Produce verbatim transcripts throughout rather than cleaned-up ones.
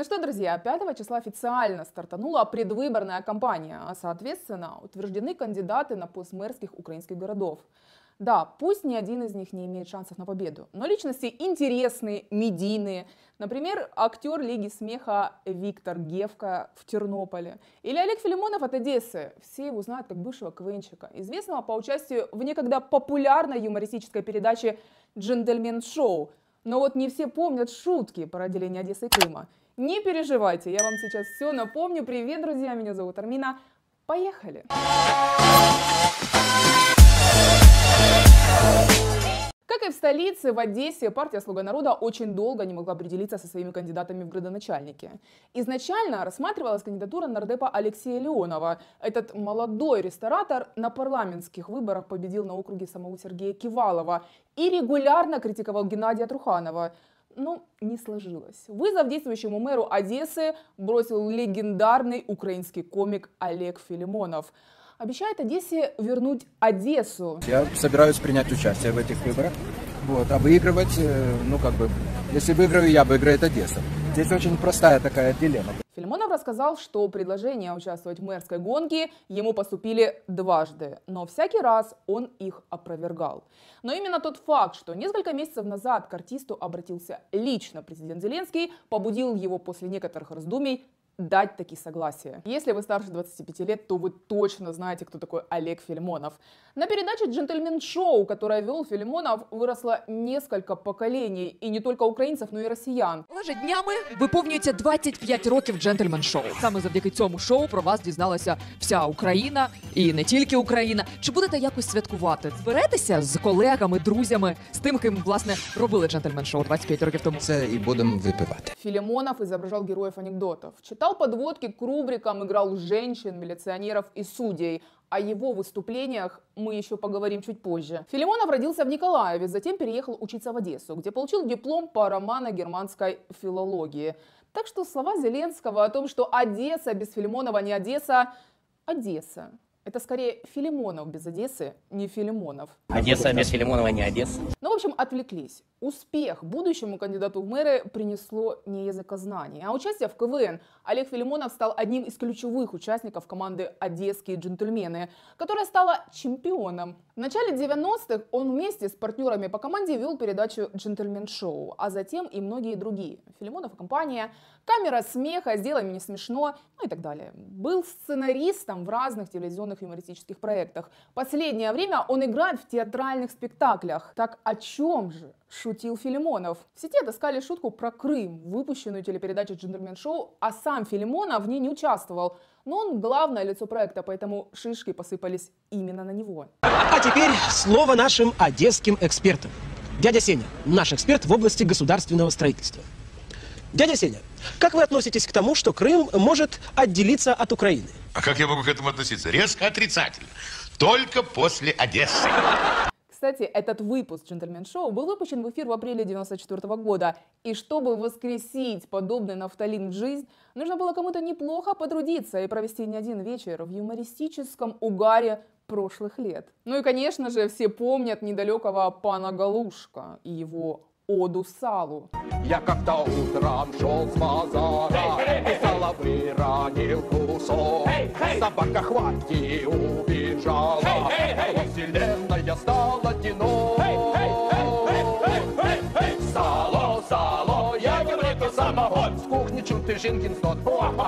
что, друзья, пятого числа официально стартанула предвыборная кампания, а соответственно утверждены кандидаты на пост мэрских украинских городов. Да, пусть ни один из них не имеет шансов на победу, но личности интересные, медийные. Например, актер Лиги смеха Виктор Гевка в Тернополе. Или Олег Филимонов от Одессы. Все его знают как бывшего КВНщика, известного по участию в некогда популярной юмористической передаче «Джентльмен-шоу». Но вот не все помнят шутки про отделение Одессы и Крыма. Не переживайте, я вам сейчас все напомню. Привет, друзья, меня зовут Армина. Поехали! Как и в столице, в Одессе партия «Слуга народа» очень долго не могла определиться со своими кандидатами в градоначальники. Изначально рассматривалась кандидатура нардепа Алексея Леонова. Этот молодой ресторатор на парламентских выборах победил на округе самого Сергея Кивалова и регулярно критиковал Геннадия Труханова. Но не сложилось. Вызов действующему мэру Одессы бросил легендарный украинский комик Олег Филимонов. Обещает Одессе вернуть Одессу. Я собираюсь принять участие в этих выборах. Вот, а выигрывать, ну как бы, если выиграю я, выиграет Одесса. Здесь очень простая такая дилемма. Филимонов рассказал, что предложения участвовать в мэрской гонке ему поступили дважды, но всякий раз он их опровергал. Но именно тот факт, что несколько месяцев назад к артисту обратился лично президент Зеленский, побудил его после некоторых раздумий дать таки согласие. Если вы старше двадцати пяти лет, то вы точно знаете, кто такой Олег Филимонов. На передаче «Джентльмен-шоу», которое вел Филимонов, выросло несколько поколений. І не тільки українців, но і росіян. Лежа днями виповнюється двадцять п'ять років «Джентльмен-шоу». Саме завдяки цьому шоу про вас дізналася вся Україна, і не тільки Україна. Чи будете якось святкувати? Зберетеся з колегами, друзями, з тим, ким, власне, робили «Джентльмен-шоу» двадцять п'ять років тому? Це і будемо випивати. Филимонов изображал героев анекдотов. Читал подводки к рубрикам, играл женщин, милиционеров и судей. О его выступлениях мы еще поговорим чуть позже. Филимонов родился в Николаеве, затем переехал учиться в Одессу, где получил диплом по романо-германской филологии. Так что слова Зеленского о том, что Одесса без Филимонова не Одесса, Одесса. Это скорее Филимонов без Одессы, не Филимонов. Одесса без Филимонова не Одесса. Ну, в общем, отвлеклись. Успех будущему кандидату в мэры принесло не языкознание, а участие в КВН. Олег Филимонов стал одним из ключевых участников команды «Одесские джентльмены», которая стала чемпионом. В начале девяностых он вместе с партнерами по команде вел передачу «Джентльмен-шоу», а затем и многие другие. Филимонов и компания, «Камера смеха», «Сделай меня смешно», ну и так далее. Был сценаристом в разных телевизионных юмористических проектах. Последнее время он играет в театральных спектаклях. Так о чем же шутил Филимонов? В сети отыскали шутку про Крым, выпущенную телепередачу «Джентльмен-шоу», а сам Филимонов в ней не участвовал. Но он главное лицо проекта, поэтому шишки посыпались именно на него. А теперь слово нашим одесским экспертам. Дядя Сеня, наш эксперт в области государственного строительства. Дядя Сеня, как вы относитесь к тому, что Крым может отделиться от Украины? А как я могу к этому относиться? Резко отрицательно. Только после Одессы. Кстати, этот выпуск «Джентльмен-шоу» был выпущен в эфир в апреле девяносто четвёртого года. И чтобы воскресить подобный нафталин в жизнь, нужно было кому-то неплохо потрудиться и провести не один вечер в юмористическом угаре прошлых лет. Ну и, конечно же, все помнят недалекого пана Галушка и его оду салу. Я как-то утром шел с базара, и сало выронил кусок. Собака хватки убежала, вселенная стала кино. Сало, сало, я говорю, это самогон. С кухни чуты Жинкин стот.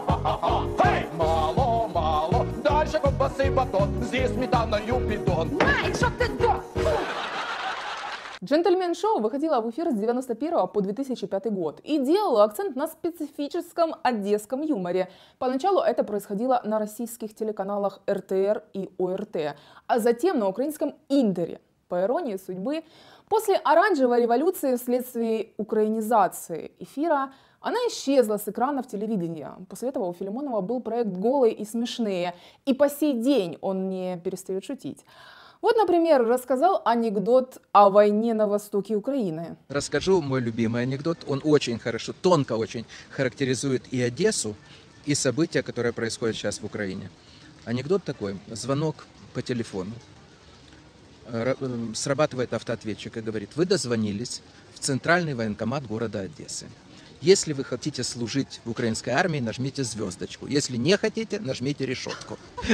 Мало, мало, дальше колбасы батон. Здесь сметана и бидон. Ай, что ты да? «Джентльмен-шоу» выходила в эфир с девяносто первого по две тысячи пятый год и делала акцент на специфическом одесском юморе. Поначалу это происходило на российских телеканалах эр тэ эр и о эр тэ, а затем на украинском «Интере». По иронии судьбы, после оранжевой революции вследствие украинизации эфира, она исчезла с экранов телевидения. После этого у Филимонова был проект «Голые и смешные», и по сей день он не перестает шутить. Вот, например, рассказал анекдот о войне на востоке Украины. Расскажу мой любимый анекдот. Он очень хорошо, тонко очень характеризует и Одессу, и события, которые происходят сейчас в Украине. Анекдот такой. Звонок по телефону. Срабатывает автоответчик и говорит: вы дозвонились в центральный военкомат города Одессы. Если вы хотите служить в украинской армии, нажмите звездочку. Если не хотите, нажмите решетку.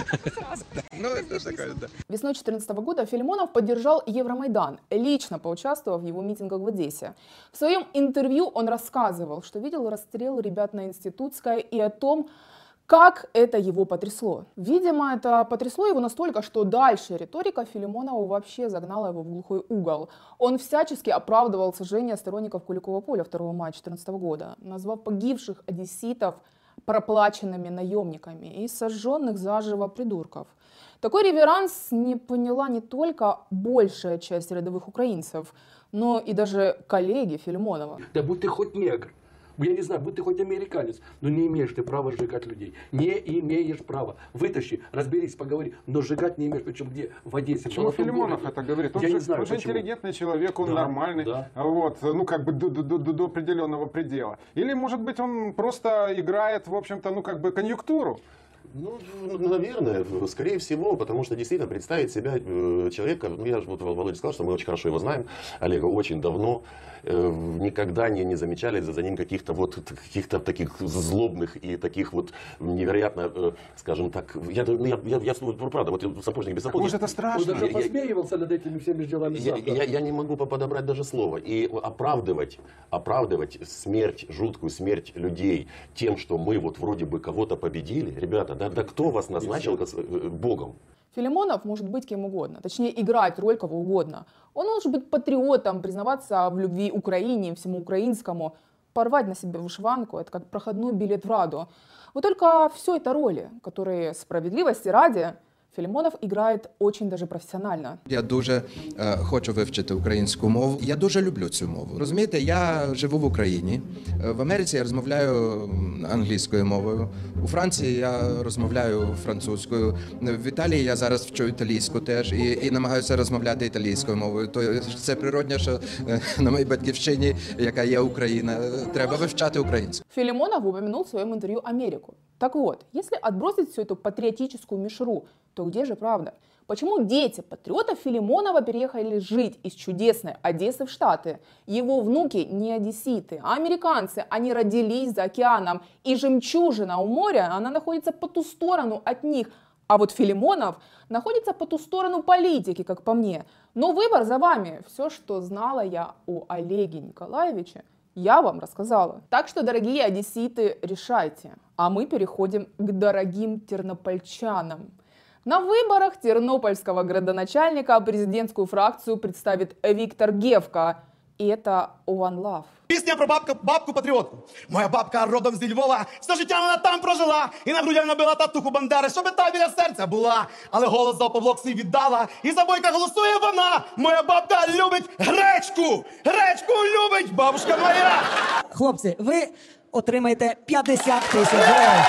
Ну, это такое, да. Весной две тысячи четырнадцатого года Филимонов поддержал Евромайдан, лично поучаствовав в его митингах в Одессе. В своем интервью он рассказывал, что видел расстрел ребят на Институтской и о том, как это его потрясло. Видимо, это потрясло его настолько, что дальше риторика Филимонова вообще загнала его в глухой угол. Он всячески оправдывал сожжение сторонников Куликова поля второго мая две тысячи четырнадцатого года, назвав погибших одесситов проплаченными наемниками и сожженных заживо придурков. Такой реверанс не поняла не только большая часть рядовых украинцев, но и даже коллеги Филимонова. Да будь ты хоть негр, я не знаю, будь ты хоть американец, но не имеешь ты права сжигать людей. Не имеешь права. Вытащи, разберись, поговори, но сжигать не имеешь. Причем где? В Одессе. Почему Филимонов городе. это говорит? Он Я же, не знаю, он же почему. интеллигентный человек, он Да, нормальный, да. вот, ну как бы до, до, до, до определенного предела. Или, может быть, он просто играет, в общем-то, ну как бы конъюнктуру? Ну, наверное, скорее всего, потому что действительно представить себя э, человека, ну я же вот Володя сказал, что мы очень хорошо его знаем, Олега очень давно, э, никогда не, не замечали за, за ним каких-то вот каких-то таких злобных и таких вот невероятно, э, скажем так, я, я, я, я правда, вот сапожник без сапожника. Может, это страшно? Он даже Я- я- посмеивался над этими всеми делами Я, сам. да. я, я не могу подобрать даже слово. И оправдывать, оправдывать смерть, жуткую смерть людей тем, что мы вот вроде бы кого-то победили, ребята, да, да кто вас назначил э, Богом? Филимонов может быть кем угодно, точнее играть роль кого угодно. Он может быть патриотом, признаваться в любви Украине, всему украинскому, порвать на себе вышиванку, это как проходной билет в Раду. Вот только все это роли, которые, справедливости ради, Филимонов играет очень даже професіонально. Я дуже е, хочу вивчити українську мову. Я дуже люблю цю мову. Розумієте, я живу в Україні. Е, В Америці я розмовляю англійською мовою. У Франції я розмовляю французькою. В Італії я зараз вчу італійську теж і, і намагаюся розмовляти італійською мовою. То це природне, що е, на моїй батьківщині, яка є Україна, треба вивчати українську. Филимонов упомянул в своем интервью Америку. Так вот, если отбросить всю эту патриотическую мишуру, то где же правда? Почему дети патриотов Филимонова переехали жить из чудесной Одессы в Штаты? Его внуки не одесситы, а американцы. Они родились за океаном. И жемчужина у моря, она находится по ту сторону от них. А вот Филимонов находится по ту сторону политики, как по мне. Но выбор за вами. Все, что знала я о Олеге Николаевиче, я вам рассказала. Так что, дорогие одесситы, решайте. А мы переходим к дорогим тернопольчанам. На выборах тернопольского градоначальника президентскую фракцию представит Виктор Гевка. И это One Love. Пісня про бабку, бабку-патріотку. Моя бабка родом зі Львова, все життя вона там прожила. І на грудях набила татуху Бандери, щоби та біля серця була. Але голос за Павлок свій віддала, і за Бойка голосує вона. Моя бабка любить гречку, гречку любить бабушка моя. Хлопці, ви отримаєте п'ятдесят тисяч гривень.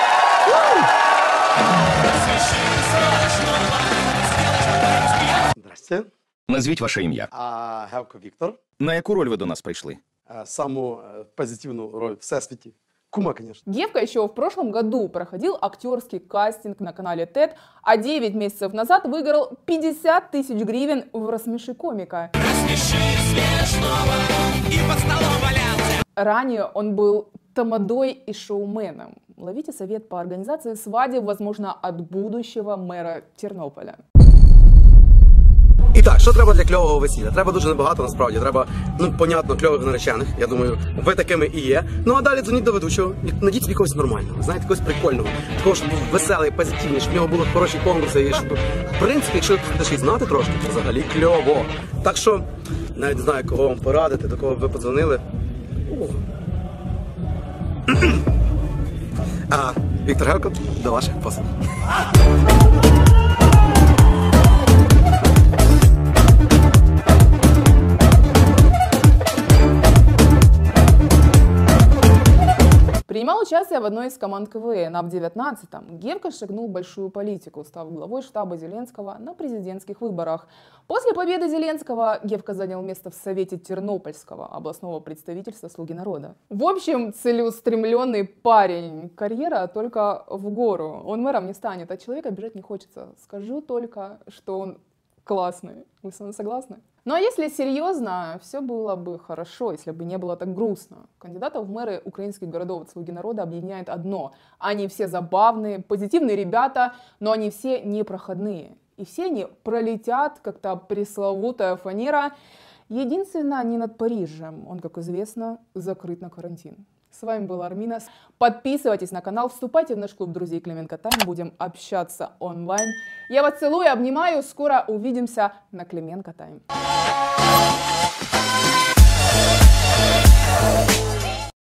Здрасте. Назвіть ваше ім'я. А, Гевко Віктор. На яку роль ви до нас прийшли? А, саму е, позитивну роль в всесвіті. Кума, конечно. Гевка еще в прошлом году проходил актерский кастинг на канале ТЭД, а девять месяцев назад выиграл пятьдесят тысяч гривен в «Рассмеши комика». Ранее он был тамадой и шоуменом. Ловите совет по организации свадеб, возможно, от будущего мэра Тернополя. І так, що треба для кльового весілля? Треба дуже небагато, насправді. Треба, ну, понятно, кльових наречених. Я думаю, ви такими і є. Ну, а далі дзвоніть до ведучого. Найдіть собі когось нормального, знаєте, когось прикольного. Такого, щоб був веселий, позитивний, щоб в нього були хороші конкурси. І щоб, в принципі, якщо ви будете ще й знати трошки, то взагалі кльово. Так що, навіть не знаю, кого вам порадити, до кого б ви подзвонили. О. А, Віктор Гевко, до ваших послуг. Принимал участие в одной из команд КВН, а в девятнадцатом Гевка шагнул в большую политику, став главой штаба Зеленского на президентских выборах. После победы Зеленского Гевка занял место в Совете Тернопольского областного представительства «Слуги народа». В общем, целеустремленный парень. Карьера только в гору. Он мэром не станет, а человека бежать не хочется. Скажу только, что он классный. Вы со мной согласны? Ну а если серьезно, все было бы хорошо, если бы не было так грустно. Кандидатов в мэры украинских городов от «Слуги народа» объединяет одно. Они все забавные, позитивные ребята, но они все непроходные. И все они пролетят, как та пресловутая фанера. Единственное, не над Парижем. Он, как известно, закрыт на карантин. С вами была Армина. Подписывайтесь на канал, вступайте в наш клуб друзей Клименко Тайм. Будем общаться онлайн. Я вас целую, обнимаю. Скоро увидимся на Клименко Тайм.